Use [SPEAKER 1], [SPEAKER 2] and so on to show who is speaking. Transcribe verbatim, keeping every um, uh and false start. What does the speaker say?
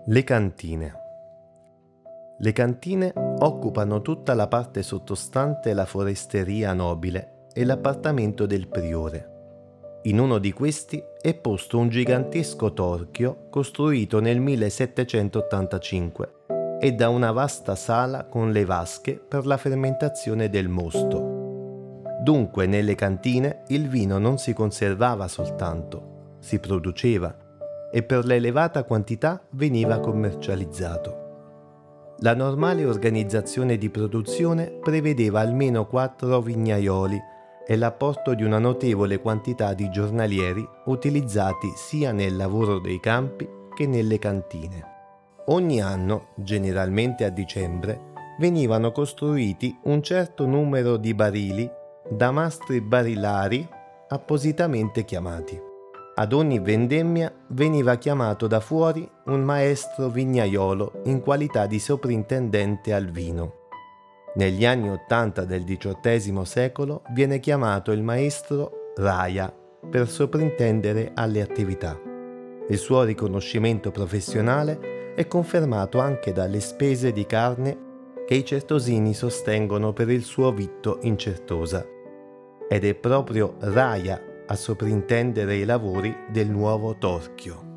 [SPEAKER 1] Le cantine. Le cantine occupano tutta la parte sottostante la foresteria nobile e l'appartamento del priore. In uno di questi è posto un gigantesco torchio costruito nel millesettecentottantacinque e da una vasta sala con le vasche per la fermentazione del mosto. Dunque nelle cantine il vino non si conservava soltanto, si produceva e per l'elevata quantità veniva commercializzato. La normale organizzazione di produzione prevedeva almeno quattro vignaioli e l'apporto di una notevole quantità di giornalieri utilizzati sia nel lavoro dei campi che nelle cantine. Ogni anno, generalmente a dicembre, venivano costruiti un certo numero di barili da mastri barilari appositamente chiamati. Ad ogni vendemmia veniva chiamato da fuori un maestro vignaiolo in qualità di soprintendente al vino. Negli anni Ottanta del diciottesimo secolo viene chiamato il maestro Raia per soprintendere alle attività. Il suo riconoscimento professionale è confermato anche dalle spese di carne che i certosini sostengono per il suo vitto in Certosa. Ed è proprio Raia a soprintendere i lavori del nuovo torchio.